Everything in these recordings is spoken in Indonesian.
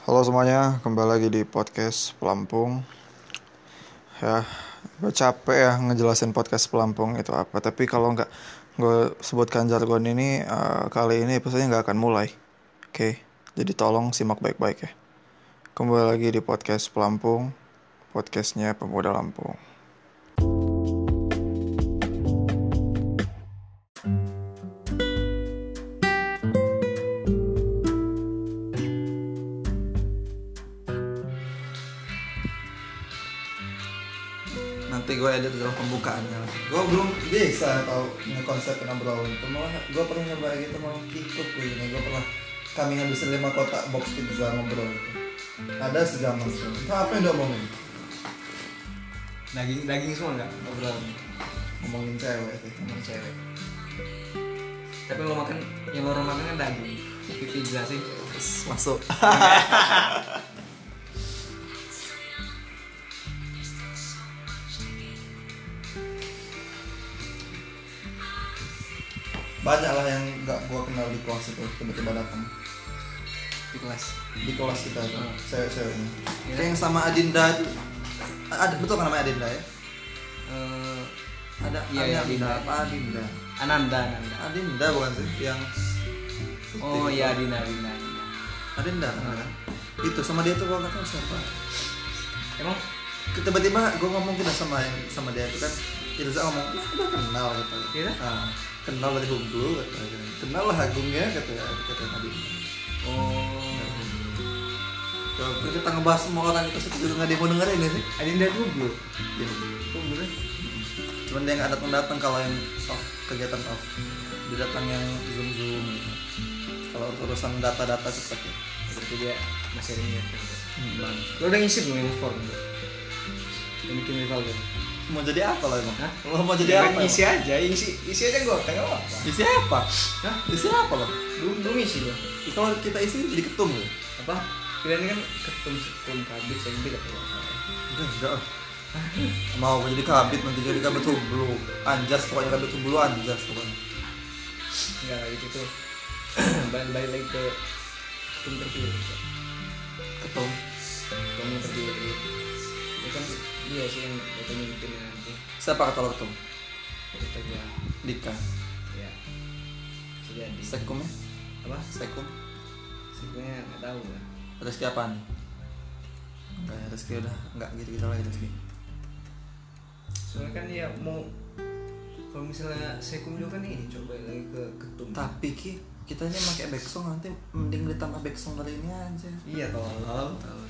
Halo semuanya, kembali lagi di podcast Pelampung. Ya, gue capek ya ngejelasin podcast Pelampung itu apa. Tapi kalau nggak gue sebutkan jargon ini, kali ini episode-nya nggak akan mulai. Oke, jadi tolong simak baik-baik ya. Kembali lagi di podcast Pelampung, podcastnya Pemuda Lampung. Nanti gue edit dalam pembukaannya. Gue belum bisa tau ngekonsepin obrolan itu. Malah gue pernah nyoba gitu mau ikut begini. Gue pernah kami ngabisin 5 kotak box pizza ngobrol itu. Ada sejaman tuh. Entah apa yang dia omongin. Daging semua nggak obrolan Ngomongin cewek sih. ngomong cewek. Tapi lo makan yang lo orang makan kan daging, pizza sih. Masuk. Banyak lah yang gak gue kenal di kelas itu tiba-tiba datang Di kelas. di kelas kita itu cewek-cewek ini. Ya. Kayak yang sama Adinda itu. Ada betul kan namanya Adinda ya? Ada Iya, Adinda Adinda. apa Adinda? Ananda. Adinda bukan sih yang Oh putih iya, itu. Adinda. Adinda. Itu sama dia tuh gue nggak tahu siapa. Emang Tiba-tiba gue ngomong kita sama dia itu kan Irza ngomong udah kenal gitu. Iya? Kenal dari Hunglu kata. Kenal lah Agungnya kata Adinda. oh Kalau kita ngebahas semua orang itu juga nggak dia mau dengerin ini sih. Adinda dulu belum? Ya, Belum. cuman dia nggak datang kalau yang off, kegiatan off. Dia datang yang zoom gitu. Kalau urusan data-data cepet ya. Berarti dia masih ada niat kan? Bagus. Lo udah ngisi belum yang form? Yang bikin rival lo? Mau jadi apa lo emang? Hah? Lo mau jadi Ya, apa? Isi aja, isi aja gue tengok apa? Isi apa? Hah? Isi apa lo? Belum isi lo. Kalau kita isi jadi ketum lo? Apa? Kalian ini kan ketum kabit sekbid atau apa? Enggak. Mau jadi kabit nanti jadi kabit Hunglu. Anjas pokoknya kabit Hunglu anjas pokoknya. Enggak gitu tuh. balik lagi ke ketum terpilih. Ketum. Ketum terpilih. Itu kan dia sih yang bakal mimpin nanti. Siapa kata lo ketum? Kita gua Dika. ya sejadi. Sekum ya? Apa? Sekum. Sebenarnya nggak tahu lah. Rezeki apaan? Enggak ya, rezeki udah enggak gitu-gitu lagi rezeki. Soalnya kan ya mau kalau misalnya sekum juga kan ini coba lagi ke ketum. Tapi Ki, kita ini pakai backsong nanti mending ditambah backsong dari ini aja. Iya tolol.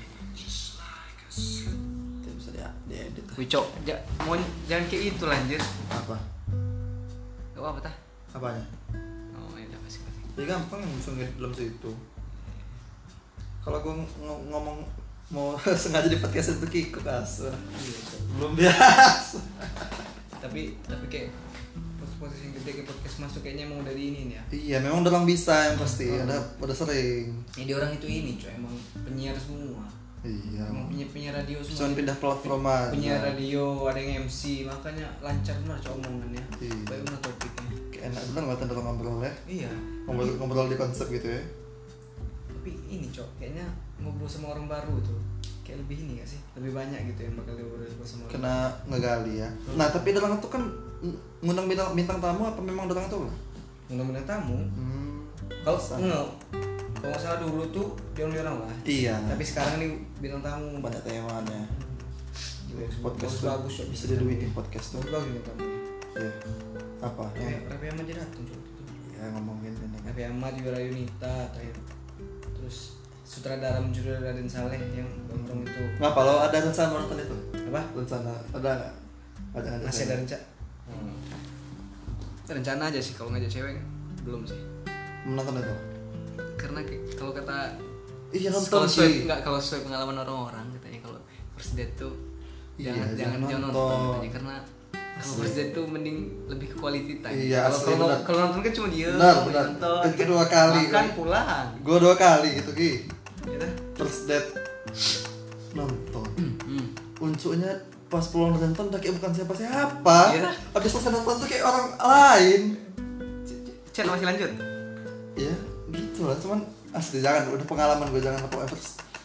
Itu bisa diedit. Wico, jangan kayak itu lanjut. Apa? Gak apa tah? Apanya? Oh ya udah kasih. Ya gampang langsung belum situ. Kalau gue ngomong mau sengaja di podcast itu Ki kasar. Iya, so. Belum biasa. tapi kayak posisi yang gede kayak podcast masuk kayaknya emang udah di ini nih ya. Iya, memang udah orang bisa yang pasti. Udah sering. Ini orang itu ini coy, emang penyiar semua. Iya. Emang penyiar radio semua. Cuman pindah platform aja. Penyiar radio, ada yang MC, makanya lancar benar coy omongannya. Iya. Baik benar topiknya. Kayak enak bener ngeliatin orang ngobrol ya. Iya. Ngobrol di konsep gitu ya. Tapi ini coy, kayaknya ngobrol sama orang baru tuh kayak lebih ini gak sih? Lebih banyak gitu yang bakal ngobrol sama orang. Kena ngegali ya. Nah, tapi orang itu kan ngundang bintang tamu apa memang orang itu? Undang-undang tamu. Kalau nggak salah dulu tuh dia orang lah. Iya. Tapi sekarang nih bintang tamu Banyak temannya. Podcast tuh bagus ya. bisa diduitin podcast tuh. Bagus bintang tamu. Iya. Apa? Raffi Ahmad jadi datang coy. Ya ngomongin ini kan. Raffi Ahmad juga Rayunita terus sutradara menjadi Raden Saleh yang nonton itu Ngapa lo ada rencana nonton itu? apa? Rencana ada nggak? Ada Masih ada rencana. Rencana aja sih kalau ngajak cewek belum sih. menonton itu? Karena kalau kata Iya nonton kalau sih. kalau sesuai pengalaman orang-orang katanya kalau first date tuh Iya, jangan jangan nonton nonton. katanya karena kalau first date tuh mending lebih ke quality time. Iya, asli, Kalau benar. kalau nonton kan cuma dia Benar. nonton. Itu kedua kali. Makan pulang. Gue 2 kali gitu Ki. Gitu. First date nonton. Uncuknya pas pulang dari nonton udah kayak bukan siapa-siapa. Iya. Habis selesai nonton tuh kayak orang lain. Chat masih lanjut. Ya gitu lah, cuman asli jangan, udah pengalaman gue jangan apa first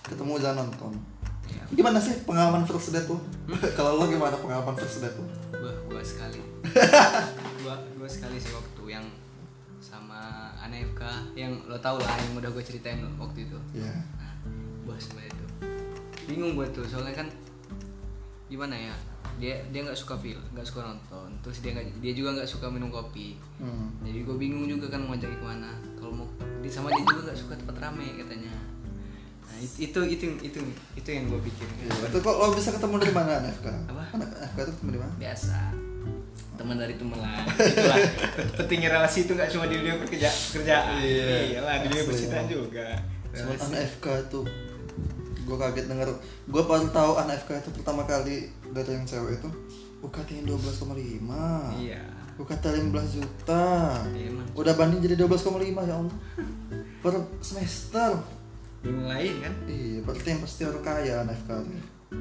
ketemu jangan nonton. Ya. Gimana sih pengalaman first date tuh? Kalau lo gimana pengalaman first date tuh? Gua sekali. gua sekali sih waktu yang sama ANFK yang lo tau lah yang udah gue ceritain waktu itu. Iya. Nah, gua sama itu. Bingung gue tuh soalnya kan gimana ya? Dia nggak suka nggak suka nonton. Terus dia juga nggak suka minum kopi. Jadi gue bingung juga kan mau ngajak kemana. Kalau mau sama dia juga nggak suka tempat rame katanya. Nah itu yang gue pikir. Iya, itu kok lo bisa ketemu dari mana ANFK? Apa? ANFK itu ketemu di mana? Biasa. Teman dari teman lah. Itulah. Pentingnya relasi itu nggak cuma di dunia kerjaan. Iyalah di dunia percintaan juga. Soal ANFK tuh gue kaget denger. Gue baru tahu ANFK itu pertama kali dari yang cewek itu UKT-nya 12,5. Iya. UKT 15 juta. Emang. Udah banding jadi 12,5 ya Allah. Per semester. Bingung lain kan? Iya, berarti yang pasti orang kaya ANFK tuh.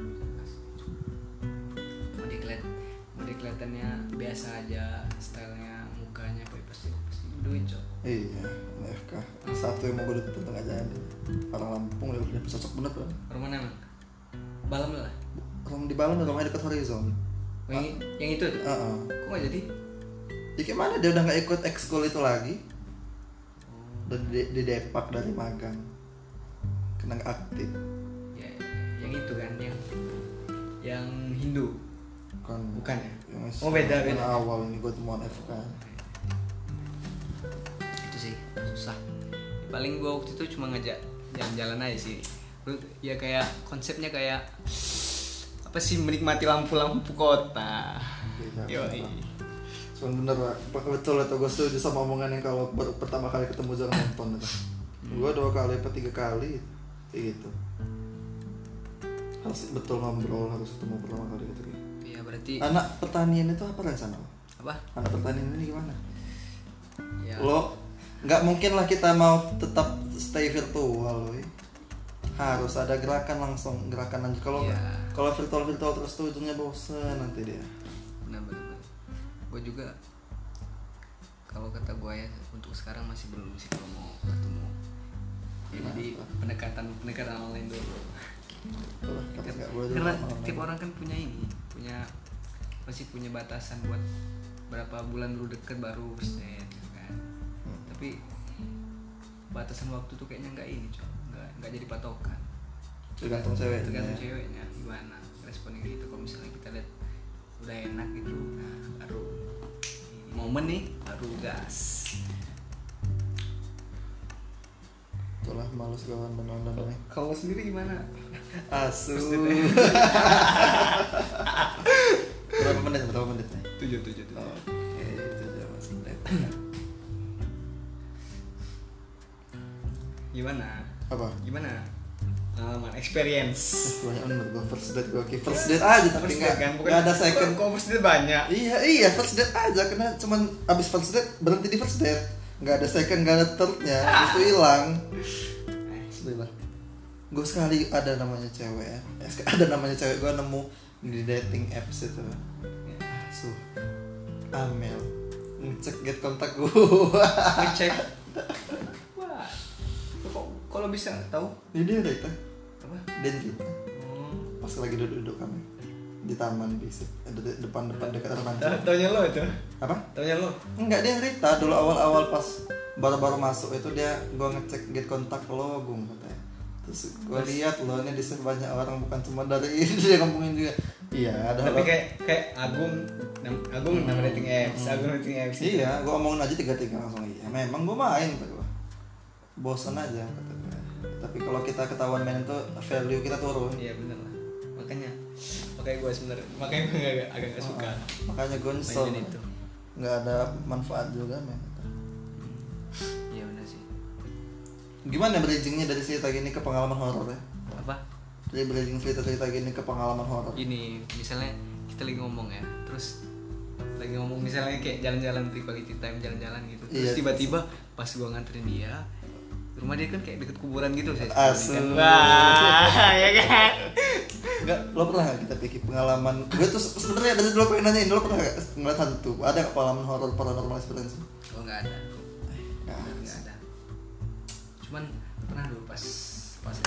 Mau dia kelihatannya biasa aja, stylenya, mukanya pasti duit cok. Iya, ANFK. Satu yang mau gue tentang aja orang Lampung udah cocok bener kan. Orang mana emang? Balam lah. Orang di Balam rumahnya dekat Horizon. Yang itu tuh? Kok nggak jadi? Ya gimana dia udah nggak ikut ekskul itu lagi. Udah di depak dari magang. Kena nggak aktif. Ya, yang itu kan yang Hindu. Bukan ya? Oh beda. Awal ini gue temuan FK. Itu sih susah. Paling gue waktu itu cuma ngajak jalan-jalan aja sih. Ya kayak konsepnya kayak apa sih, menikmati lampu-lampu kota. Yoi. Cuman bener Pak, betul atau gue setuju sama omongan yang kalau baru pertama kali ketemu jangan nonton itu. Gue 2 kali apa 3 kali kayak gitu. Harus betul ngobrol, harus ketemu pertama kali gitu. Iya berarti. Anak pertanian itu apa rencana lo? Apa? Anak pertanian ini gimana? Ya. Lo nggak mungkin lah kita mau tetap stay virtual lo. Harus ada gerakan lanjut. Kalau kalau virtual terus tuh ujungnya bosen nanti dia. Benar. Gue juga kalau kata gue ya untuk sekarang masih belum sih kalau mau ketemu. Ya, jadi pendekatan online dulu. Karena tiap orang kan masih punya batasan buat berapa bulan dulu deket baru berset kan. Tapi batasan waktu tuh kayaknya nggak jadi patokan. Tergantung ceweknya gimana responnya gitu. Kalau misalnya kita lihat udah enak gitu, nah baru momen nih baru gas. Itulah males kawan dan nih. Kalau sendiri gimana? Asu. Berapa menit nih? 7. Oke, 7 menit. Gimana? Pengalaman, experience. Banyak menurut gue first date aja tapi nggak ada second. Kok first date banyak? Iya first date aja karena cuman abis first date berhenti di first date. Nggak ada second, nggak ada thirdnya, itu hilang. Alhamdulillah. Gue sekali ada namanya cewek gue nemu di dating apps itu. Amel ngecek get kontak gue. Ngecek. Wah. Kok kalau bisa tahu? Ini udah itu. Apa? Dan kita. Pas lagi duduk kami di taman bisik depan dekat Armanca. Taunya lo itu? Apa? Taunya lo? Enggak, dia cerita dulu awal pas baru masuk itu gue ngecek get kontak lo gung katanya. Terus gue lihat lo ini di banyak orang bukan cuma dari ini dia ngomongin juga. Iya ada. Tapi kayak Agung nama rating apps. Iya, gue omongin aja 3 langsung iya. Memang gue main kata gue. Bosan aja kata gue. Tapi kalau kita ketahuan main itu value kita turun. Iya benar lah. Makanya gue sebenarnya agak gak suka. Makanya gue nyesel. Nggak ada manfaat juga men. Iya benar sih. Gimana bridgingnya dari cerita gini ke pengalaman horor ya? Apa? Dari bridging cerita gini ke pengalaman horor. Ini misalnya kita lagi ngomong ya, terus lagi ngomong misalnya kayak jalan-jalan quality time jalan-jalan gitu. Terus tiba-tiba pas gua nganterin dia, rumah dia kan kayak deket kuburan gitu saya. Asu. Wah, ya kan. Enggak, lo pernah gak kita pikir pengalaman? Gue tuh sebenarnya dari dulu pengen nanyain, lo pernah gak ngeliat hantu? Ada gak pengalaman horor paranormal experience? Oh nggak ada. Nggak ada. Cuman pernah dulu pas SMA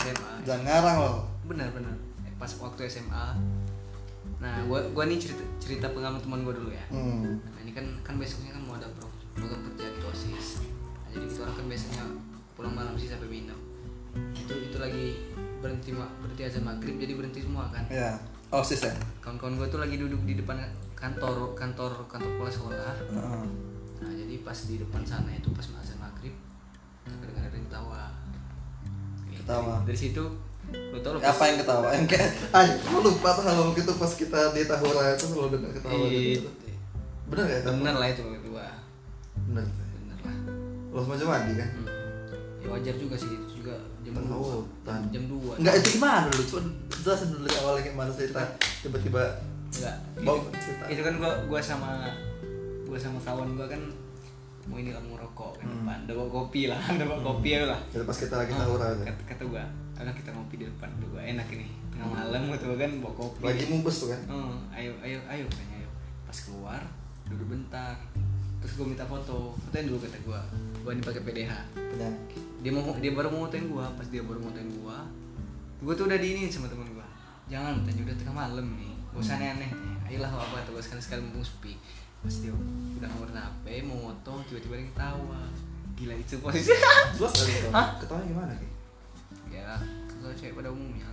Jangan ngarang loh. Bener pas waktu SMA. Nah gua nih cerita pengalaman teman gua dulu ya. Nah ini kan besoknya kan mau ada program kerja di OSIS. Nah, jadi kita orang kan biasanya pulang malam sih sampai minum. Itu lagi berhenti azan maghrib, jadi berhenti semua kan. Iya. OSIS ya. Kawan-kawan gua tuh lagi duduk di depan kantor kepala sekolah. Nah jadi pas di depan sana itu pas azan maghrib kadang-kadang ada yang ketawa. Dari situ lo tau apa yang ketawa? Yang kayak gue lupa tuh kalau gitu pas kita di Tahura itu lo dengar ketawa gitu. Bener gak? Bener lah itu gua. Bener lah. Lo macam mandi kan? Ya wajar juga sih, itu juga jam 2. Enggak, itu gimana dulu? Coba jelasin dulu dari awalnya gimana cerita tiba-tiba. Enggak. Cerita. Itu kan gua sama kawan gua kan mau rokok kan depan. Ada bawa kopi lah. Ya lah. Jadi pas kita lagi Tahura aja. Kata gua, "Alah kita ngopi di depan dulu. Enak ini. Tengah malam gitu kan bawa kopi." Lagi mumpes tuh kan? Ayo katanya ayo. Pas keluar duduk bentar. Terus gue minta fotoin dulu kata gue ini pakai PDH. Benar. Dia baru mau fotoin gue. Pas dia baru mau fotoin gue tuh udah diinin sama temen gue. Jangan, tanya udah tengah malam nih. Gak usah aneh-aneh. Ayolah apa tuh sekali mumpung sepi. Pas dia udah ngeluarin HP mau foto, tiba-tiba dia ketawa. Gila itu posisi. Jelas kali itu. Hah? Ketawanya gimana Ki? Ya, kalau cewek pada umumnya.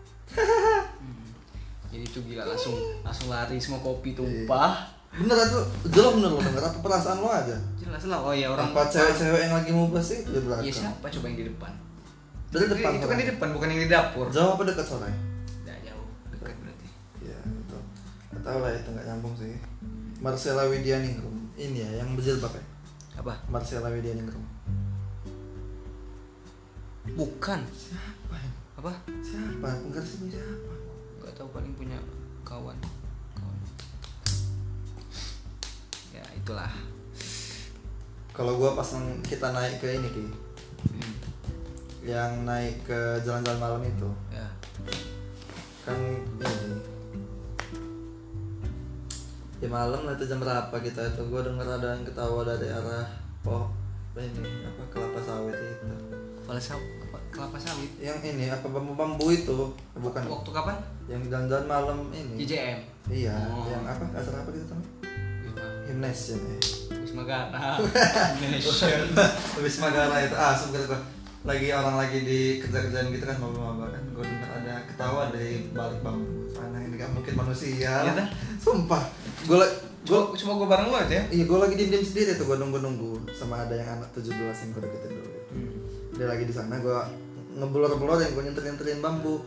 Jadi itu gila langsung lari semua kopi tumpah. Bener itu, jelas bener lo denger apa perasaan lo aja? Jelas lah, oh ya orang apa cewek-cewek yang lagi mumpes itu di belakang? Iya siapa coba yang di depan? Dari depan itu kan di depan, bukan yang di dapur. Jauh apa dekat sore? Tidak jauh, dekat berarti. Iya itu, nggak tahu lah itu nggak nyambung sih. Marcella Widianingrum, ini ya yang berjilbab ya? Apa? Marcella Widianingrum. Bukan. Siapa ya? Apa? Siapa? Penggarisnya siapa? Gak tahu, paling punya kawan. Ya itulah. Kalau gua pas kita naik ke ini Ki, yang naik ke jalan-jalan malam itu, ya. Kan ini di malam lah itu jam berapa kita itu, gua denger ada yang ketawa dari arah ini apa kelapa sawit itu. Kelapa sawit. Yang ini apa bambu-bambu itu, bukan? Waktu kapan? Yang jalan-jalan malam ini. JJM. Iya, yang apa? Acara apa gitu namanya? Gymnasium ya. Wisma Gara. Wisma Gara itu sebentar gua lagi orang lagi di kerja-kerjaan gitu kan, maba-maba kan, gua dengar ada ketawa dari balik bambu. Mana ini gak mungkin manusia. Iya dah. Sumpah. Cuma gua bareng lo aja ya? Iya, gua lagi diem sendiri tuh, gua nunggu sama ada yang anak 17 yang gua deketin dulu. Dia lagi di sana, gua ngebelor-belor yang gua nyenterin bambu.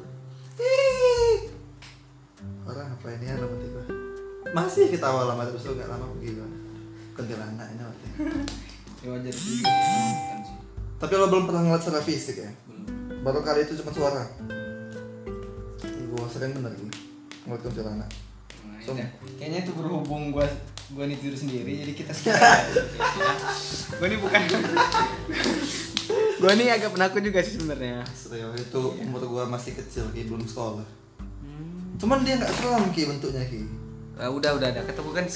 Orang apa ini ya dapat gua. Masih ketawa lama terus gak lama pergi gua. Kuntilanak ini waktu. Ya wajar sih. Tapi lo belum pernah ngeliat secara fisik ya? Belum. Baru kali itu cuma suara. Gua sering bener gitu ngeliat kuntilanak. Kayaknya itu berhubung gua nih tidur sendiri, jadi kita skip aja. Gua nih bukan. Gua nih agak penakut juga sih sebenarnya. Serius itu umur gua masih kecil Ki, belum sekolah. Cuman dia nggak seram Ki bentuknya Ki. Udah ketemu kan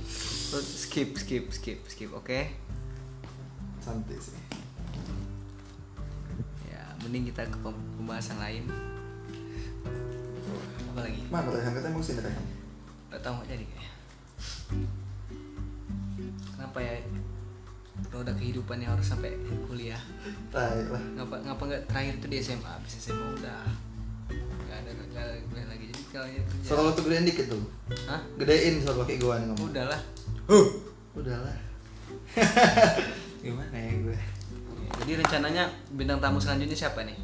skip, oke? Cantik sih. Ya, mending kita ke pembahasan lain. Apa lagi? Mana Rehan? Katanya mau kesini Rehan. Gak tau gak jadi kayaknya. Kenapa ya roda kehidupan yang harus sampai kuliah? Tai lah. Ngapa nggak terakhir tuh di SMA? Habis SMA udah nggak ada kuliah lagi. Jadi kalau kerja. Soal lo tuh gedein dikit tuh. Hah? Gedein soal pakai gua nih ngomong. Udahlah. Udahlah. Gimana ya gue? Jadi rencananya bintang tamu selanjutnya siapa nih?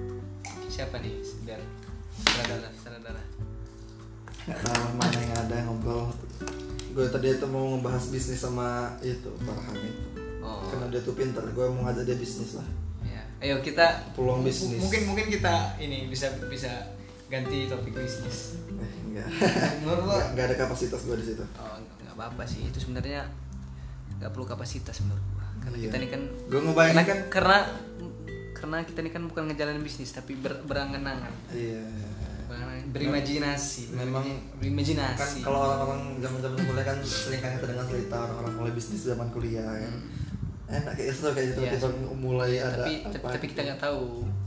Biar saudara. Nggak tahu mana yang ada ngobrol. Gue tadi itu mau ngebahas bisnis sama itu Farhan itu. Karena dia tuh pintar, gue mau ngajak dia bisnis lah. Ya. Ayo kita peluang bisnis. Mungkin kita ini bisa ganti topik bisnis. Enggak. Menurut lo? Enggak ada kapasitas gue di situ. Enggak apa-apa sih. Itu sebenarnya enggak perlu kapasitas menurut gue. Karena kita nih kan gue ngebayangin kan karena kita nih kan bukan ngejalanin bisnis tapi berangan-angan. Iya. Berimajinasi. Memang berimajinasi. Kan kalau orang-orang zaman-zaman kuliah kan sering kan kita dengar cerita orang-orang mulai bisnis zaman kuliah kan. Enak kayak itu kayak gitu kita mulai ada tapi kita nggak tahu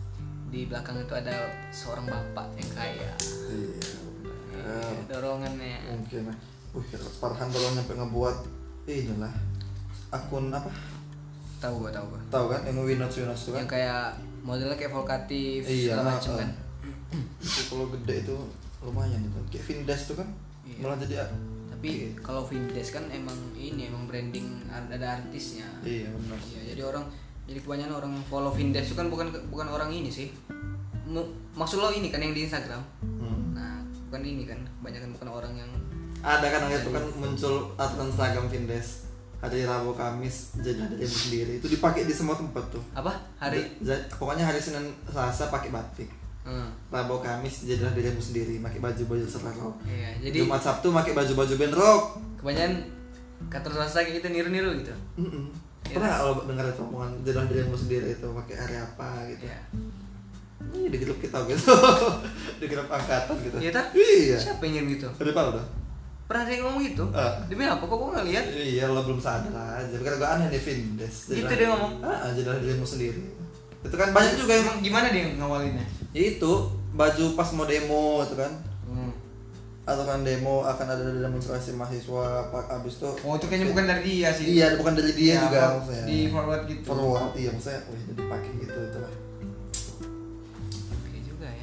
di belakang itu ada seorang bapak yang kaya. Iya. Dorongannya. Mungkin. Farhan baru nyampe ngebuat inilah akun apa? Tahu gua. Tahu kan yang Winots tuh kan? Yang kayak modelnya kayak Volkatif Iya, segala macam kan. Itu kalau gede itu lumayan itu. Kayak Vindes tuh kan. Iya. Malah jadi Tapi kalau Vindes kan emang branding ada artisnya. iya benar. Iya, jadi kebanyakan orang yang follow Vindes itu kan bukan orang ini sih. Maksud lo ini kan yang di Instagram. Nah, bukan ini kan. Kebanyakan bukan orang yang Ada kan itu kan muncul aturan seragam Vindes. Hari Rabu Kamis jadi dirimu sendiri. Itu dipakai di semua tempat tuh. apa? Pokoknya hari Senin Selasa pakai batik. Rabu Kamis jadilah dirimu sendiri, pakai baju serta rok. Iya, jadi Jumat Sabtu pakai baju band rock. kebanyakan kantor swasta kayak gitu niru-niru gitu. Pernah kalau dengar itu omongan jadilah dirimu sendiri itu pakai hari apa gitu. Iya. Ini di grup kita gitu. Di grup angkatan gitu. Iya tak? Iya. Siapa yang ngirim gitu? Udah tahu dah. Pernah ada yang ngomong gitu? Demi apa? Kok gue nggak lihat? Iya, lo belum sadar aja. Karena gue aneh nih Vindes. Gitu dia ngomong. Jadilah dirimu sendiri. Itu kan banyak juga yang Emang gimana dia ngawalinnya? ya itu baju pas mau demo itu kan. Atau kan demo akan ada demonstrasi mahasiswa abis itu. Oh, itu kayaknya bukan dari dia sih. Iya, bukan dari dia Ya, juga maksudnya. di forward gitu. Forward, iya maksudnya. Wih, jadi pakai gitu itulah. Oke juga ya.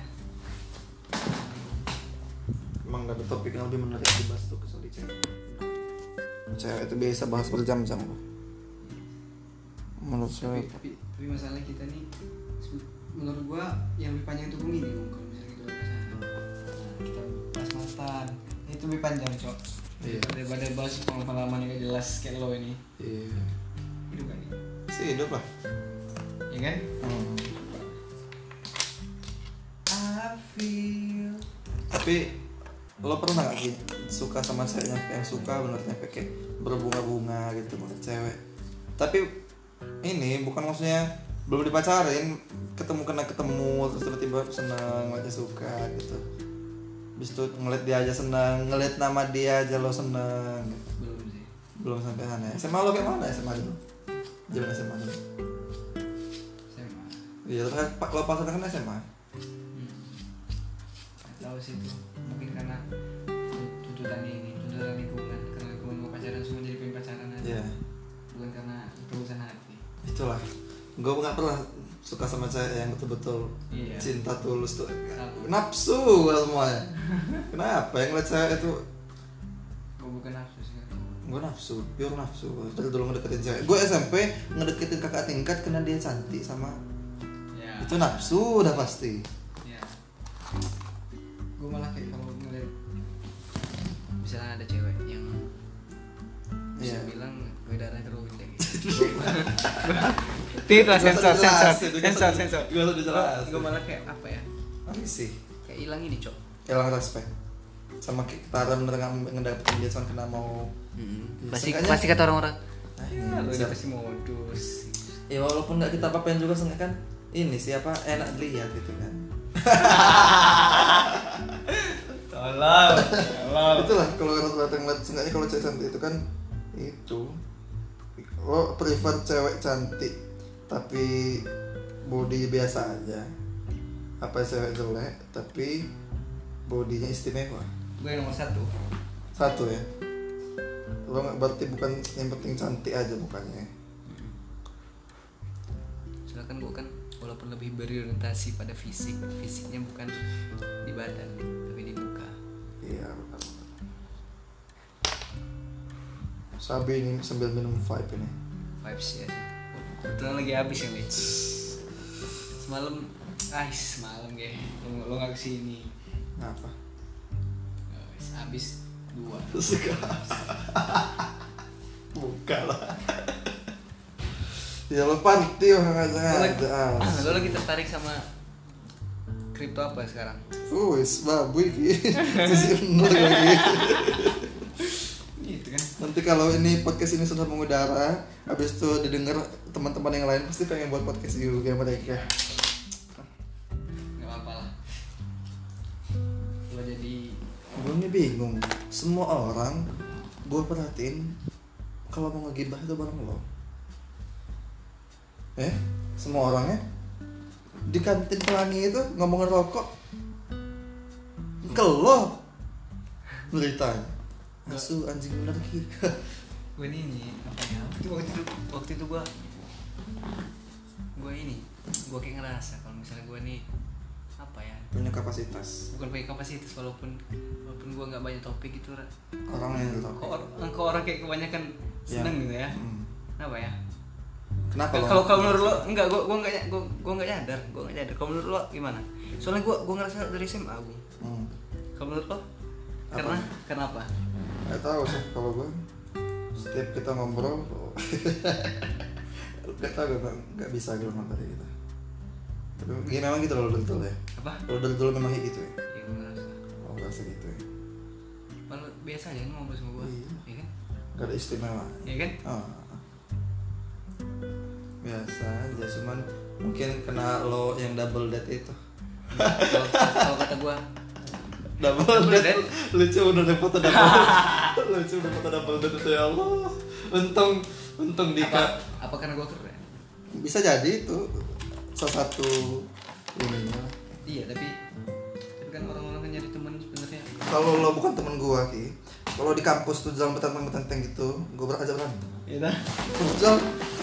Emang gak ada topik yang lebih menarik dibahas tuh kecuali cewek. Cewek itu biasa bahas berjam-jam loh. Menurut saya. Tapi masalah kita nih, menurut gua yang lebih panjang itu ini kalau misalnya kita pacaran. Nah, kita bahas mantan. Itu lebih panjang, Cok. Iya. Daripada bahas pengalaman yang gak jelas kayak lo ini. Iya. Hidup kan nih. Sih hidup lah. Ya kan? I feel. Tapi lo pernah gak sih suka sama cewek yang suka bener nyampe kayak berbunga-bunga gitu sama cewek? Tapi ini bukan maksudnya belum dipacarin, ketemu terus tiba-tiba seneng, ngeliatnya suka gitu. Habis itu ngeliat dia aja seneng, ngeliat nama dia aja lo seneng gitu. Belum sih. Belum sampai sana. SMA lo kayak mana SMA dulu? Zaman SMA dulu. SMA. Iya, terus kan lo pacaran kan SMA. Tahu sih itu. Mungkin karena tuntutan lingkungan, karena lingkungan mau pacaran semua jadi pengen pacaran aja. Iya. Bukan karena urusan hati. Itulah. Gue nggak pernah suka sama cewek yang betul-betul Iya. cinta tulus tuh. Sama. Nafsu semuanya. Kenapa yang ngeliat cewek itu? Gue bukan nafsu sih kan. Gue nafsu, pure nafsu. Dari dulu ngedeketin cewek. Gue SMP ngedeketin kakak tingkat karena dia cantik sama. Ya. Itu nafsu udah pasti. Ya. Gue malah kayak kalau ngeliat misalnya ada cewek yang bisa Iya. bilang gue darah keruin deh gitu. Tidak sensor. Gue udah jelas. Gue malah kayak apa ya? Apa sih? Kayak hilang ini, Cok. Hilang respect. Sama kita bener ngedapetin dia cuma kena mau. Pasti kata orang-orang. Ya, Lu ini pasti modus. ya walaupun nggak kita apa-apain juga kan ini siapa enak dilihat gitu kan. Tolong. Itulah kalau rata-rata ngeliat seenggaknya kalau cewek cantik itu kan itu lo prefer cewek cantik tapi body biasa aja apa cewek jelek tapi bodinya istimewa. Gue nomor satu ya lo nggak berarti bukan yang penting cantik aja bukannya. soalnya kan gue kan walaupun lebih berorientasi pada fisiknya bukan di badan tapi di muka. Iya benar. Sabi ini sambil minum vibe ini. Vibes ya sih. Kebetulan lagi habis ya, Lee. Semalam ya. Lo nggak kesini. Ngapa? Habis 2. Suka. Buka lah. Ya lo panti orang aja. Lo lagi tertarik sama kripto apa sekarang? Wis babuy ki. Sisi bener lagi. Gitu kan. Nanti kalau ini podcast ini sudah mengudara, habis itu didengar teman-teman yang lain pasti pengen buat podcast juga mereka. Gak apa-apa lah. Lo jadi Gue ini bingung. Semua orang gue perhatiin kalau mau ngegibah itu bareng lo. Semua orangnya di kantin Pelangi itu ngomongin rokok keloh beritanya asu anjing bener ki. Gue ini apa ya, waktu itu gue kayak ngerasa kalau misalnya gue nih apa ya, punya kapasitas, bukan pakai kapasitas, walaupun gue nggak banyak topik gitu orang yang kok orang kayak kebanyakan seneng gitu ya. Apa ya, kenapa kalau menurut lo enggak, gue nggak nyadar kalau menurut lo gimana? Soalnya gue ngerasa dari SMA gue. Kalau menurut lo karena apa? Nggak tahu sih kalau gue, setiap kita ngobrol nggak tahu, nggak bisa gue materi kita. Tapi memang gitu loh dulu ya. Apa? Kalau dulu memang kayak gitu ya. Iya, gue ngerasa. Oh, ngerasa gitu ya. Malah biasa aja ngobrol sama gue. Iya kan? Gak ada istimewa. Iya kan? Oh. Biasa aja, cuman mungkin kena lo yang double date itu. Kalau kata gue double date lucu, udah foto double date itu, ya Allah. Untung Dika. Apa karena gue keren? Bisa jadi itu salah satu ininya. Iya, tapi kan orang-orang kan nyari teman sebenarnya. Kalau lo bukan temen gue Ki, kalau di kampus tuh jalan petang-petang gitu, gue aja berantem. Iya dah. Jalan.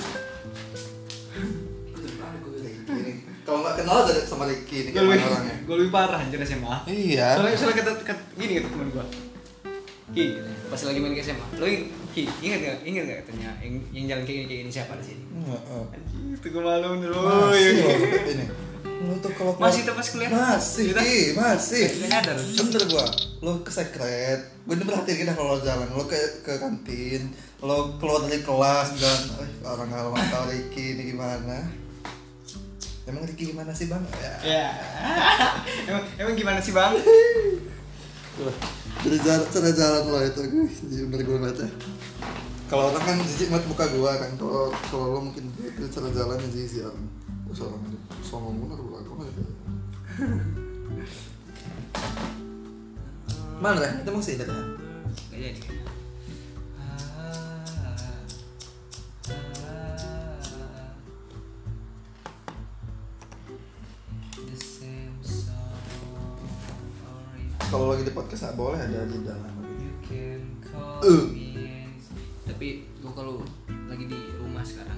Kalau nggak kenal aja sama Ricky ini gimana orangnya? Gue lebih parah anjir SMA. Iya. Soalnya kata gini kata temen gue. Ki, pas lagi main ke SMA, lo Ki, ingat nggak katanya yang jalan kayak gini siapa di sini? Anjir, itu gue malu bener. Ini. Lo tuh kalau masih pas kuliah? Masih. Gak nyadar. Bener gua. Lo ke sekret. Gue ini perhatiin kita kalau jalan. Lo ke kantin. Lo keluar dari kelas dan orang nggak tahu Ricky ini gimana. Emang Ricky gimana sih bang? Ya. Emang gimana sih bang? Dari cara jalan lo itu, bener gue baca. Kalau orang kan jijik mat muka gua kan. Kalau lo mungkin dari cara jalannya jijik orang. Seorang itu songong bener gue aja. Mana lah? Itu masih ada kan? Gak jadi. Kalau lagi di podcast nggak boleh ada jeda lama gitu. Tapi gue kalau lagi di rumah sekarang,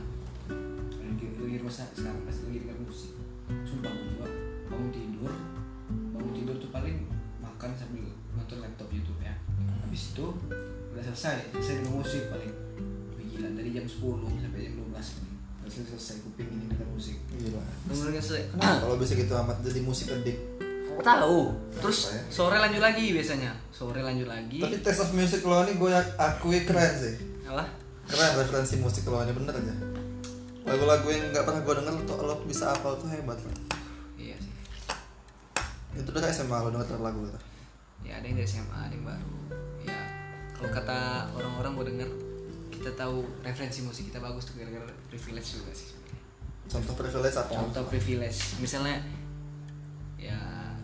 pas lagi dengar musik, sumpah gue bangun tidur tuh paling makan sambil nonton laptop YouTube ya. Habis itu udah selesai dengan musik paling gila dari jam 10 sampai jam 12 selesai kuping ini dengan musik. Gila. Bener-bener selesai. Kenapa kalau bisa gitu amat jadi musik addict? Tahu. Terus sore lanjut lagi biasanya. Tapi Taste of Music lo ini gue akui keren sih. Apa? Keren referensi musik lo ini, bener aja. Lagu-lagu yang nggak pernah gue denger tuh lo bisa hafal tuh hebat lah. Iya sih. Itu dari SMA lo denger lagu itu? Ya ada yang dari SMA, ada yang baru. Ya kalau kata orang-orang gue denger, kita tahu referensi musik kita bagus tuh gara-gara privilege juga sih sebenarnya. Contoh privilege apa? Contoh privilege, misalnya ya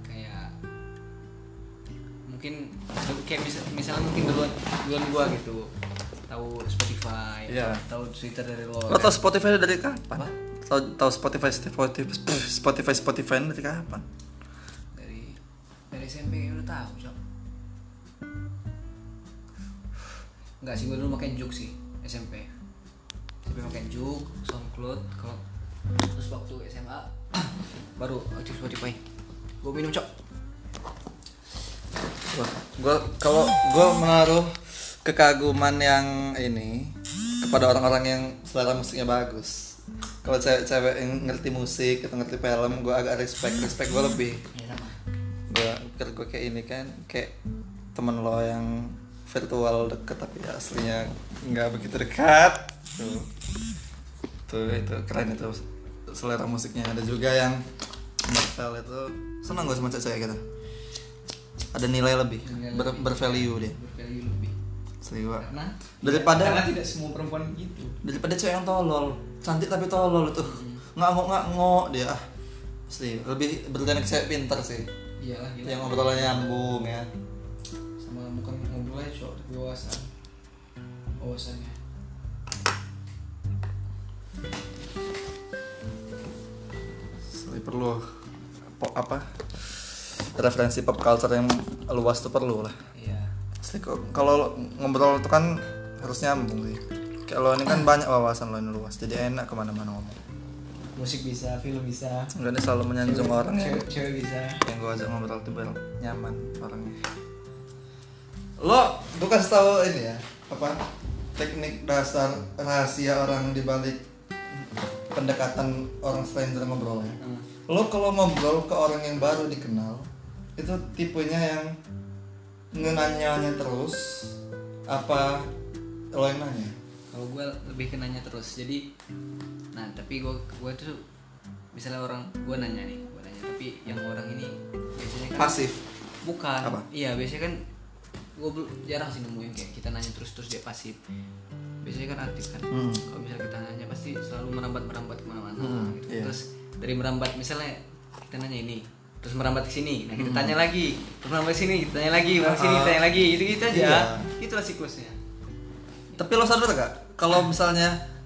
mungkin kayak misalnya mungkin duluan gua gitu tahu Spotify, tahu Twitter dari lo. Lo tahu Spotify dari kapan? Tahu Spotify dari kapan? Dari SMP udah tahu, Cok. Enggak sih, gue dulu pakai Juk sih SMP pakai Juk, SoundCloud. Kalau terus waktu SMA baru aktif Spotify. Gue minum, Cok. Gue menaruh kekaguman yang ini kepada orang-orang yang selera musiknya bagus. Kalau cewek yang ngerti musik atau ngerti film, gue agak respect gue lebih. Ya sama. Gue kayak ini kan, kayak temen lo yang virtual deket tapi aslinya nggak begitu dekat. Tuh itu keren itu selera musiknya. Ada juga yang Marvel itu senang gue sama cewek gitu. Ada nilai lebih, bervalue dia. Bervalue lebih. Seliwa. Karena tidak semua perempuan gitu. Daripada cewek yang tolol, cantik tapi tolol tuh. Ngak-ngok dia. Asli, lebih berganda ke cewek pintar sih. Iyalah, gila. Yang ngobrolnya nyambung ya. Sama bukan ngobrolnya cok, tapi wawasannya. perlu referensi pop culture yang luas tuh perlu lah. Iya. Asli kalau ngobrol itu kan harus nyambung sih. Kalau ini kan banyak wawasan lo ini luas, jadi enak kemana-mana ngomong. Musik bisa, film bisa. Enggak, ini selalu menyanjung orang ya. Cewek bisa. Yang gue ajak ngobrol tuh biar nyaman orangnya. Lo kasih tahu ini ya, apa teknik dasar rahasia orang di balik pendekatan orang stranger ngobrol ya. Lo kalau ngobrol ke orang yang baru dikenal, itu tipenya yang nanya terus apa lo yang nanya? Kalau gue lebih ke nanya terus. Jadi, nah tapi gue tuh misalnya orang gue nanya, tapi yang orang ini biasanya kan Pasif. bukan. Apa? Iya biasanya kan gue jarang sih nemu yang kayak kita nanya terus dia pasif. Biasanya kan aktif kan. Kalau misalnya kita nanya pasti selalu merambat kemana-mana. Gitu. Iya. Terus dari merambat misalnya kita nanya ini, terus merambat ke sini, nah kita tanya lagi, terus merambat ke sini, kita tanya lagi, merambat ke sini, tanya lagi, gitu aja. Iya. Itulah siklusnya. Tapi lo sadar gak? Kalau misalnya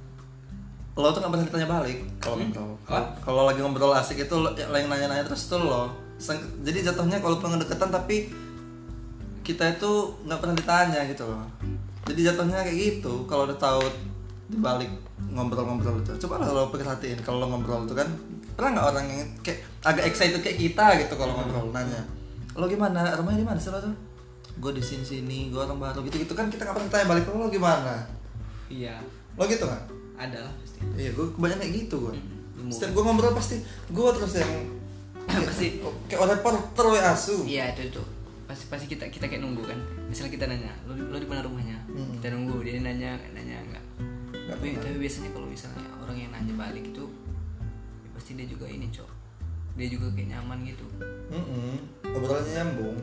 lo tuh gak pernah ditanya balik kalau ngobrol. Kalau lagi ngobrol asik itu lo yang nanya-nanya terus tuh lo. Jadi jatuhnya kalau pengedeketan tapi kita itu nggak pernah ditanya gitu loh. Jadi jatuhnya kayak gitu. Kalau udah tahu dibalik ngobrol-ngobrol itu, coba lah lo perhatiin kalau lo ngobrol itu kan pernah nggak orang yang kayak agak excited kayak kita gitu kalau ngobrol nanya, lo gimana, rumahnya di mana sih lo tuh? Gue di sini, gue orang baru gitu kan kita nggak pernah tanya balik lo gimana. Iya. Lo gitu kan? Ada lah pasti. Iya, gue kebanyakan kayak gitu gue. Setiap gue ngobrol pasti gue terus yang pasti kayak orang reporter asu. Iya itu pasti kita kayak nunggu kan. Misalnya kita nanya lo di mana rumahnya, kita nunggu dia nanya enggak. Tapi biasanya kalau misalnya orang yang nanya balik itu ya pasti dia juga ini cok, dia juga kayak nyaman gitu. Obrolannya nyambung.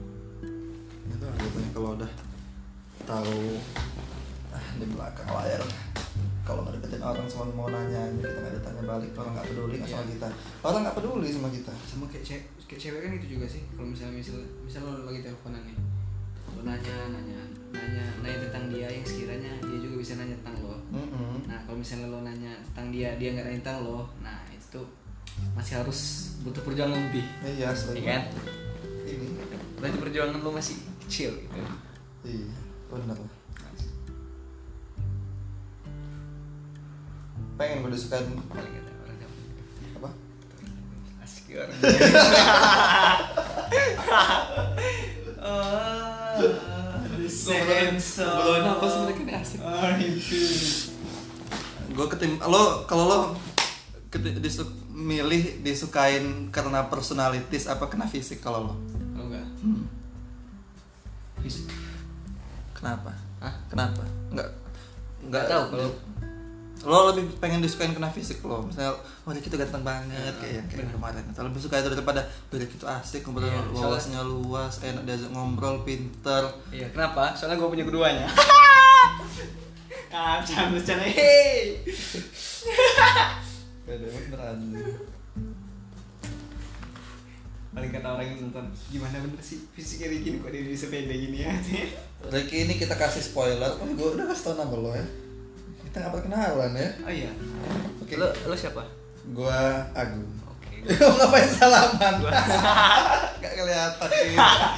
Itu biasanya kalau udah tahu di belakang layar kalau nggak deketin orang cuma mau nanya aja, kita nggak ditanya balik, orang nggak peduli sama kita, orang nggak peduli sama kita. Sama kayak cewek kan itu juga sih. Kalau misal lo lagi teleponan nih, lo nanya tentang dia yang sekiranya dia juga bisa nanya tentang lo. Nah kalau misalnya lo nanya tentang dia nggak nanya tentang lo, nah itu tuh masih harus butuh perjuangan lebih. Iya, kan? Ini berarti perjuangan lo masih kecil gitu. iya, benar lah. Pengen gue disukain Paling kata orang siapa? apa? Asik orang. Ngobrolin apa sih mereka ini asik. Gue kalau lo milih disukain karena personalities apa kena fisik kalau lo? Oh enggak. Fisik. Kenapa? Hah? Kenapa? Enggak tahu kalau lo lebih pengen disukain kena fisik lo, misalnya dia itu ganteng banget kayak kemarin, atau lebih suka itu daripada dia itu asik, ngobrol wawasannya luas, enak diajak ngobrol, pinter. Iya, kenapa? Soalnya gue punya keduanya. Kacang bercanda. Hei. Beda beneran. Paling kata orang yang nonton, gimana bener sih fisiknya Ricky kok dia bisa pede gini ya? Ricky ini kita kasih spoiler, gue udah kasih tau nama lo ya. Kita nggak perkenalan ya. Oh iya. Oke. Lo siapa? Gua Agung. Oke. Lo ngapain salaman? Gak kelihatan sih.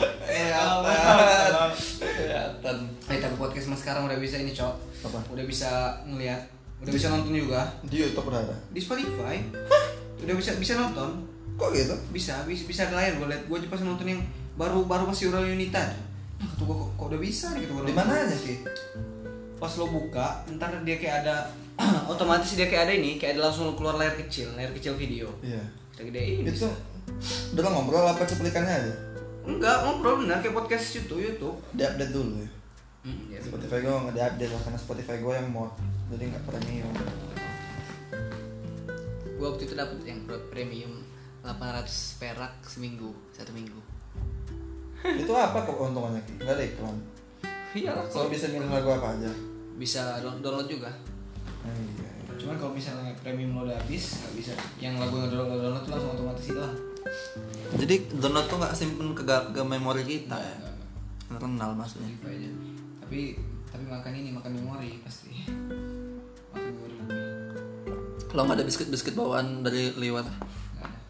Kelihatan. Tapi podcast mas sekarang udah bisa ini cok. Apa? Udah bisa ngeliat, udah bisa nonton juga. Di YouTube udah ada. Di Spotify. Udah bisa nonton. Kok gitu? Bisa di layar gue liat. Gue pas nonton yang baru masih Ura Yunita. Nah, kata gue kok udah bisa nih kata gue. Di mananya sih? Pas lo buka, ntar dia kayak ada otomatis dia kayak ada ini, kayak ada langsung keluar layar kecil video. Iya. Kita gedein. Itu udah ngobrol apa cuplikannya aja? Enggak, ngobrol benar kayak podcast YouTube. Diupdate dulu ya. Ya, Spotify gue nggak diupdate lah karena Spotify gue yang mod, jadi nggak premium. Gue waktu itu dapet yang premium 800 perak seminggu, 1 minggu. Itu apa keuntungannya Ki? Nggak ada iklan. Iyalah, Kalau bisa milih lagu apa aja? bisa download juga. Iya. Cuman kalau misalnya premium lo udah habis, nggak bisa. Yang lagu yang download tuh langsung otomatis hilang. Jadi download tuh nggak simpen ke memori kita ya? Internal maksudnya. Gitu aja. Tapi makan memori pasti. Makan memori lebih. Kalau nggak ada biskuit bawaan dari liwat? Nggak ada.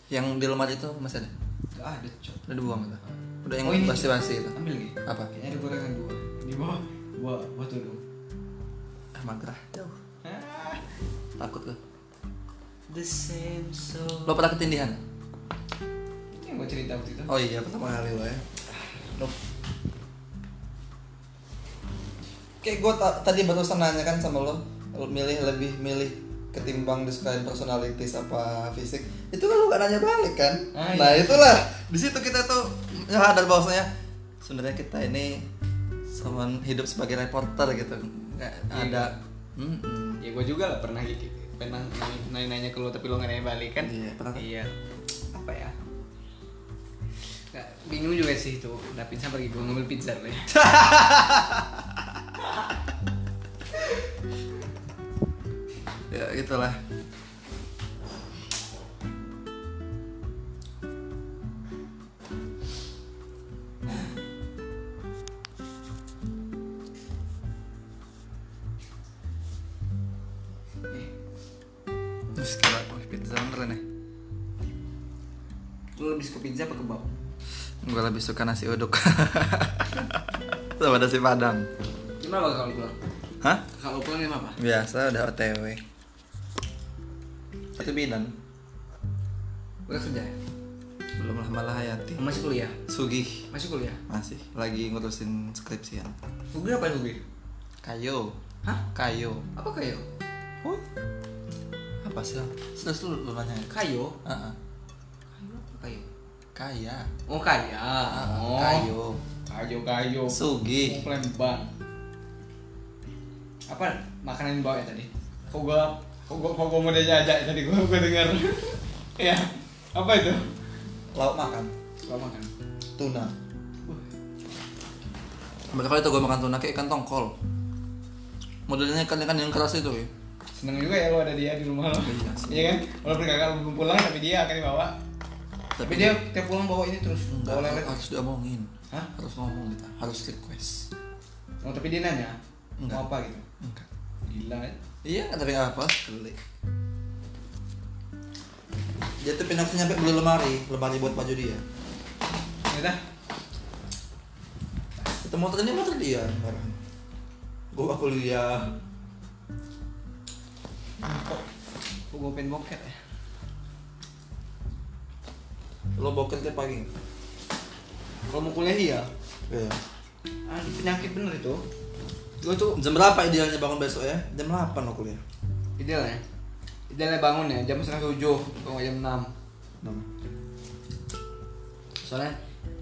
Yang di lemari itu masih ada? Gak ada cok. Udah dibuang gitu. Udah yang ini basi-basi itu. ambil lagi. Apa? Kayaknya ada gorengan 2 di bawah tudung. Magrah jauh. Takut gue. The same soul. Lo pernah ketindihan? Itu yang gue cerita waktu itu. Oh iya, pertama kali lo ya. Lo. Kayak gue tadi barusan nanya kan sama lo, lebih milih ketimbang disukain personalities apa fisik. Itu kan lo gak nanya balik kan? Nah iya. itulah di situ kita tuh nyadar bahwasanya sebenarnya kita ini sama hidup sebagai reporter gitu. Nggak ada. Ya gue juga lah pernah nanya-nanya ke lo tapi lo gak nanya balik kan. Iya, pernah. Iya. Apa ya? Gak, bingung juga sih itu. Udah pizza pergi gue ngambil pizza lo ya. Ya gitulah. Terus kalau pizza beneran nih. Lo lebih suka pizza apa kebab? Gue lebih suka nasi uduk sama nasi padang. Gimana kalau pulang? Hah? Kalau pulang gimana apa? Biasa udah OTW. Satu bidan. Udah kerja ya? Belum lah, malah Hayati. Masih kuliah? Sugih. Masih kuliah? Masih lagi ngurusin skripsian. Hugi apa Hugi? Kayo. Hah? Kayo. Apa kayo? Oh. Apa sih? Terus lu nanya. Kayo? Heeh. Kayo apa kayo? Kaya. Oh kaya. Oh. Kayo. Kayo. Sugih. Oh, Palembang. Apa makanan yang bawa ya tadi? Kok gua mau diajak tadi gua dengar. Ya. Apa itu? Lauk makan. Lauk makan. Tuna. Berapa kali tuh gue makan tuna kayak ikan tongkol. Modelnya ikan yang keras itu ya. Seneng juga ya lo ada dia di rumah lo. Iya kan? Walaupun kakak belum pulang tapi dia akan dibawa. Tapi dia tiap pulang bawa ini terus. Bawa lele. Harus diomongin. Hah? Harus ngomong kita. Harus request. Oh tapi dia nanya. Enggak. Mau apa gitu? Enggak. Gila ya. Iya, tapi apa? Keli. Dia tuh pindah nyampe beli lemari buat baju dia. Ya dah. Itu motor dia, merah. Gua kuliah. Gua pengen boket ya. Lo boker tiap pagi? Kalau mau kuliah iya. Iya. Penyakit bener itu. Gua tuh Jam berapa idealnya bangun besok ya? Jam 8 lo kuliah. idealnya. Idealnya bangun ya jam 6:30 kalau nggak jam 6. Soalnya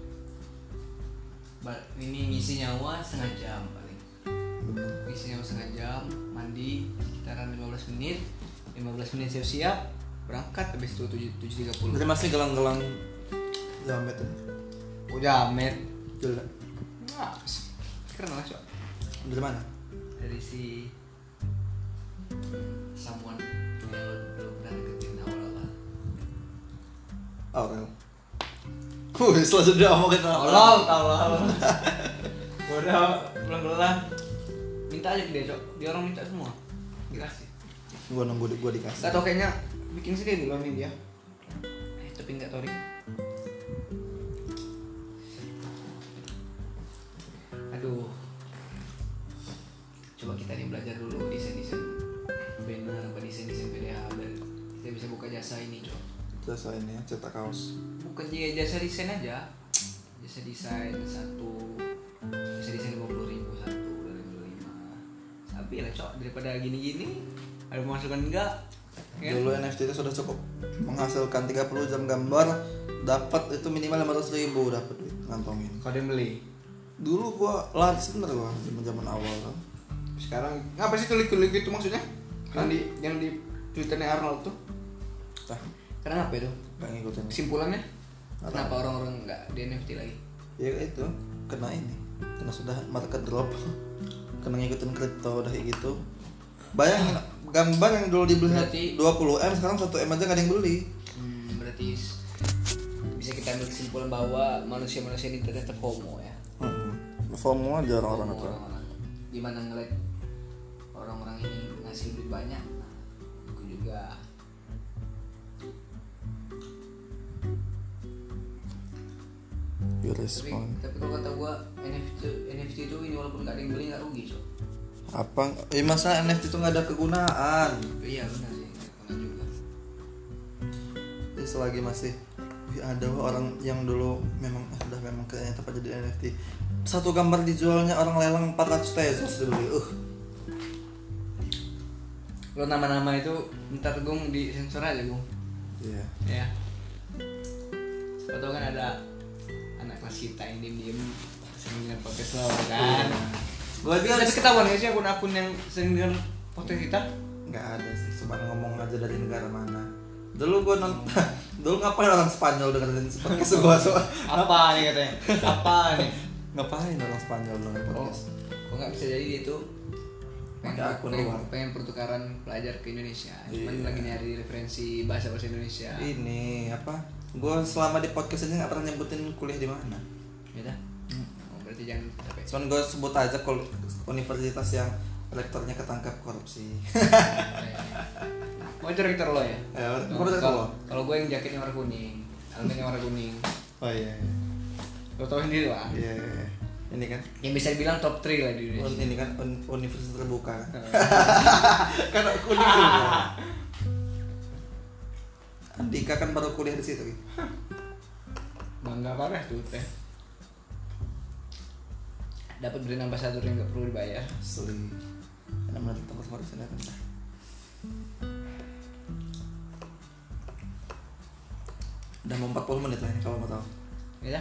ini ngisi nyawa setengah jam paling. Ngisi nyawa setengah jam, mandi sekitaran 15 menit. 15 menit siap-siap berangkat habis itu 7.30. Jadi masih gelang-gelang jamet ya? Oh jamet. Jelek. Nah, keren lah soal. Dari mana? Dari si someone yang lo pernah deketin awal-awal. Aurel. Selanjutnya ngomongin Tolol. Gua udah pulang-pulang. Minta aja ke dia, Cok. Dia orang minta semua. Dikasih. Gua nunggu gua dikasih. Gak tau kayaknya bikin sendiri loh nih dia. Tapi gak tau deh. Aduh. Coba kita nih belajar dulu desain-desain banner apa desain-desain PDA dan kita bisa buka jasa ini, Cok. Jasa ini ya, cetak kaos. Bukan jasa desain aja. Jasa desain satu. Jasa desain 50.000 satu dari 25. Tapi lah, Cok, daripada gini-gini ada pemasukan enggak? Ya? Dulu NFT itu sudah cukup menghasilkan 30 jam gambar, dapat itu minimal 500.000 dapat duit ngantongin. Kalau dia beli. Dulu gua laris bener gua zaman awal kan. Sekarang ngapa sih klik itu maksudnya? Yang di Twitternya Arnold tuh. Tah, Karena apa itu? gak ngikutin. Kesimpulannya Nggak kenapa tahu. orang-orang nggak di NFT lagi? Ya itu kena ini, kena sudah market drop, kena ngikutin kripto udah kayak gitu. Bayangin gambar yang dulu dibeli Berarti- 20M sekarang 1M aja gak ada yang beli. Berarti bisa kita ambil kesimpulan bahwa manusia-manusia ini ternyata FOMO ya. FOMO aja orang-orang FOMO itu. orang-orang. Gimana ngeliat orang-orang ini ngasih duit banyak? Nah, aku juga lebih respon. Tapi kalau kata gua NFT itu ini walaupun nggak ada yang beli nggak rugi so. Apa? Masa NFT itu nggak ada kegunaan? Iya benar sih, nggak juga. Jadi selagi masih ada orang yang dulu memang sudah memang kayaknya tepat jadi NFT. Satu gambar dijualnya orang lelang 400 pesos dibeli. Lo nama-nama itu ntar Gung di sensor aja Gung. Iya. Ya. Siapa tahu kan ada anak kelas kita yang diem-diem sering dengan podcast lo kan. Gua juga Tapi ketahuan gak sih akun-akun yang sering dengan podcast kita? nggak ada sih, cuma ngomong aja dari negara mana. Dulu gua nonton, dulu ngapain orang Spanyol dengerin podcast gua soal Apa nih katanya? Apa nih? ngapain orang Spanyol dengerin Oh, podcast? kok nggak bisa jadi dia tuh Pakai akun luar. pengen pertukaran pelajar ke Indonesia. Cuman Iya. lagi nyari referensi bahasa Indonesia. Ini apa? Gua selama di podcast ini nggak pernah nyebutin kuliah di mana. Ya dah. Oh, berarti jangan capek. Cuman gue sebut aja universitas yang rektornya ketangkap korupsi. Mau itu rektor lo ya? Gua rektor lo. Kalau gue yang jaketnya warna kuning, helmnya warna kuning. Oh iya. Lo tau sendiri lah. Iya. Ini kan. Yang bisa dibilang top 3 lah di Indonesia. Ini kan universitas terbuka. Kan kuning tuh. Andika kan baru kuliah di situ. Bangga parah tuh teh. Dapat brand ambassador yang nggak perlu dibayar. Asli. Karena menurut tempat harusnya kan. Udah mau 40 menit lah ini kalau mau tahu. Ya dah.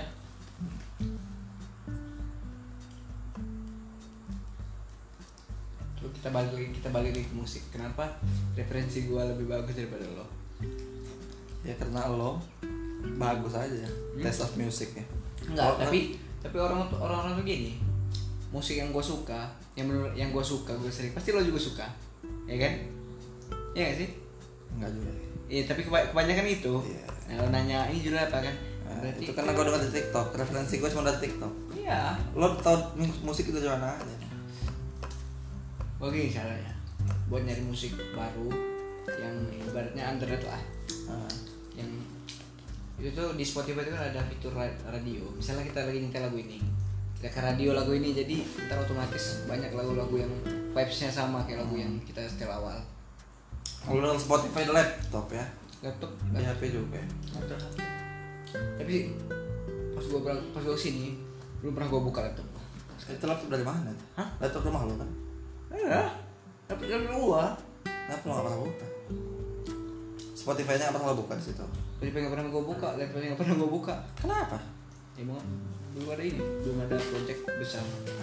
Terus kita balik lagi ke musik. Kenapa referensi gue lebih bagus daripada lo? Ya karena lo bagus aja ya. Taste of music ya. Enggak, tapi orang tuh gini. Musik yang gue suka, yang gue suka, gue sering pasti lo juga suka, ya kan? Iya gak sih? Enggak juga. Iya, tapi kebanyakan itu. Iya. Nah, lo nanya ini judul apa kan? Nah, Berarti itu karena gue denger di TikTok. Referensi gue cuma dari TikTok. iya. Lo tau musik itu dari mana aja? Gue gini caranya, buat nyari musik baru yang ibaratnya underrated lah. Yang itu tuh di Spotify itu kan ada fitur radio. Misalnya kita lagi nyetel lagu ini, kita ke radio lagu ini, jadi ntar otomatis banyak lagu-lagu yang vibes-nya sama kayak lagu yang kita setel awal. Lo denger Spotify di laptop ya? Laptop, Di HP juga ya? laptop. Tapi pas gue kesini belum pernah gue buka laptop. Itu laptop dari mana? Hah? Laptop rumah lo kan? Laptop gua. Kenapa lo gak pernah buka? Spotify-nya gak pernah lo buka di situ? Spotify nggak pernah gue buka, laptopnya nggak pernah gue buka. Kenapa? Emang belum ada ini, belum ada project besar.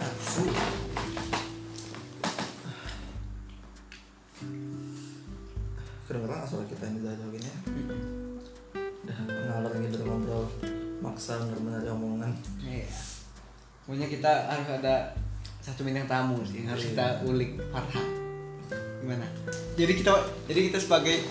Kedengeran gak suara kita ini jauh gini ya? Udah ngalor gitu ngobrol, maksa bener-bener ada omongan. Iya. Pokoknya kita harus ada satu bintang tamu sih, yang harus kita ulik Farhan. Gimana? Jadi kita sebagai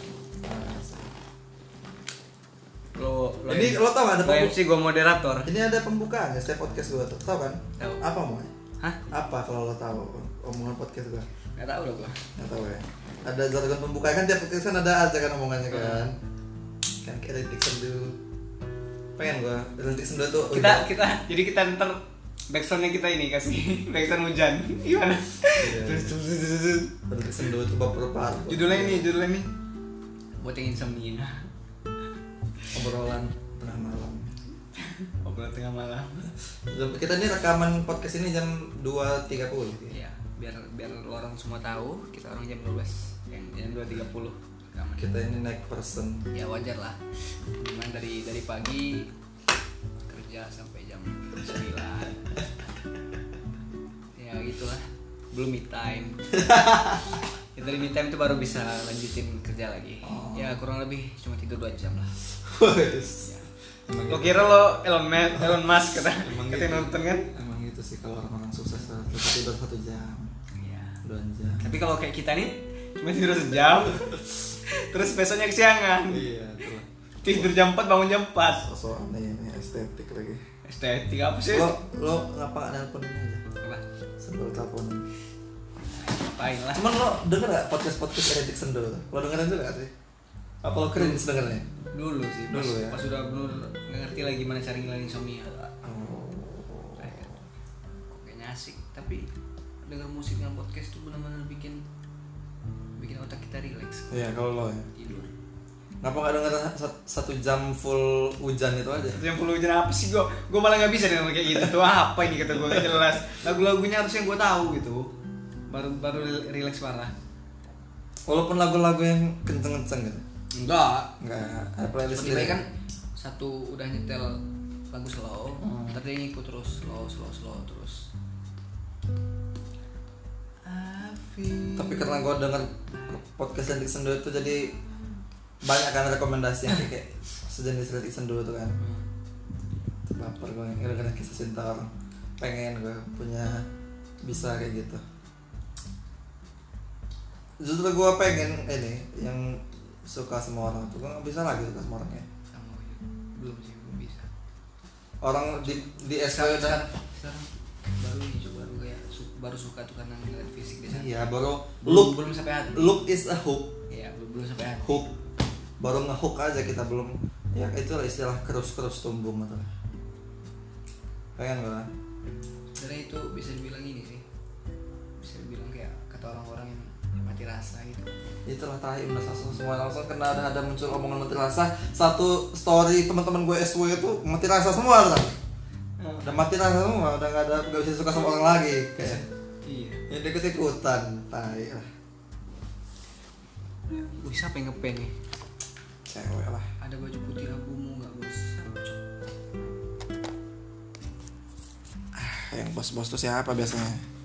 lo Ini lo tau gak ada MC gue moderator. Ini ada pembukaannya setiap podcast gue tuh, tau kan? Tahu. Apa omongannya? Hah? Apa kalau lo tahu omongan podcast gue? Nggak tahu loh gue. Nggak tahu ya. Ada jargon pembukaan kan tiap podcast kan ada aja kan omongannya kan. Kan kayak Rintik Sendu. Pengen gue Rintik Sendu tuh. Jadi kita ntar backsoundnya kita ini kasih backsound hujan. Gimana? Rintik Sendu tuh baper parah. Judulnya ini. Buat yang insomnia. Obrolan tengah malam. Obrolan tengah malam. Kita ini rekaman podcast ini jam 2.30 gitu ya. Iya, biar orang semua tahu kita orang jam 12. Yang jam 2.30 rekaman. Kita ini naik person. Ya wajar lah. Cuman dari pagi kerja sampai jam 9. Ya gitulah. Belum me time. Ya, dari me time itu baru bisa lanjutin kerja lagi. Ya kurang lebih cuma tidur 2 jam lah. Wes. Lo kira lo Elon Musk kata gitu. nonton kan? Emang gitu sih kalau orang-orang sukses tidur 1 jam. Iya. 2 jam. Tapi kalau kayak kita nih cuma tidur sejam, terus besoknya kesiangan. Iya, itulah. Tidur jam 4 bangun jam 4. Soalnya ini estetik lagi. Estetik apa sih? Lo ngapa gak nelpon ini aja? Apa? Sebelum teleponan. Ngapain lah? Cuman lo denger gak podcast Estetik Sendu? Lo dengerin juga gak sih? Apa lo cringe dengernya? Dulu sih, pas, Dulu ya? pas udah bener nggak ngerti lagi gimana cara ngilangin insomnia. Kayaknya asik, tapi denger musik dengan podcast tuh benar-benar bikin otak kita rileks. Iya, kalau lo ya. Tidur. Kenapa nggak denger 1 jam full hujan itu aja? Yang perlu hujan apa sih gue malah nggak bisa denger kayak gitu tuh apa ini kata gue nggak jelas. Lagu-lagunya harus yang gue tahu gitu. Baru rileks parah. Walaupun lagu-lagu yang kenceng-kenceng gitu. Enggak. Ada playlist Spotify sendiri. kan satu udah nyetel lagu slow, ntar dia ngikut terus slow terus. Tapi karena gue denger podcast Rintik Sendu itu jadi banyak kan rekomendasi yang kayak sejenis Rintik Sendu itu kan. Lapar gue ngedengerin kisah cinta orang. Pengen gue punya bisa kayak gitu. Justru gue pengen ini yang suka sama orang tuh, gue nggak bisa lagi suka sama orangnya. Sama gue belum sih, belum bisa. Orang di SW Sekarang baru kayak baru suka tuh karena ngeliat fisik dia. iya baru Belum sampai hati. look is a hook. Iya, belum sampai hati. Hook baru ngehook aja kita, belum ya itu istilah kerus tumbung atau pengen gue. Karena itu bisa dibilang ini sih, bisa dibilang kayak kata orang-orang yang mati rasa gitu. Itulah tahi udah semua langsung kena ada muncul omongan mati rasa. Satu story teman-teman gue SW itu mati rasa semua kan. Udah mati rasa semua, udah nggak bisa suka sama orang lagi kayak. Iya. Ya dia ikut-ikutan, tahi lah. Wih, siapa yang ngepen nih? Cewek lah. Ada baju putih lagumu nggak bos? Yang bos-bos tuh siapa biasanya?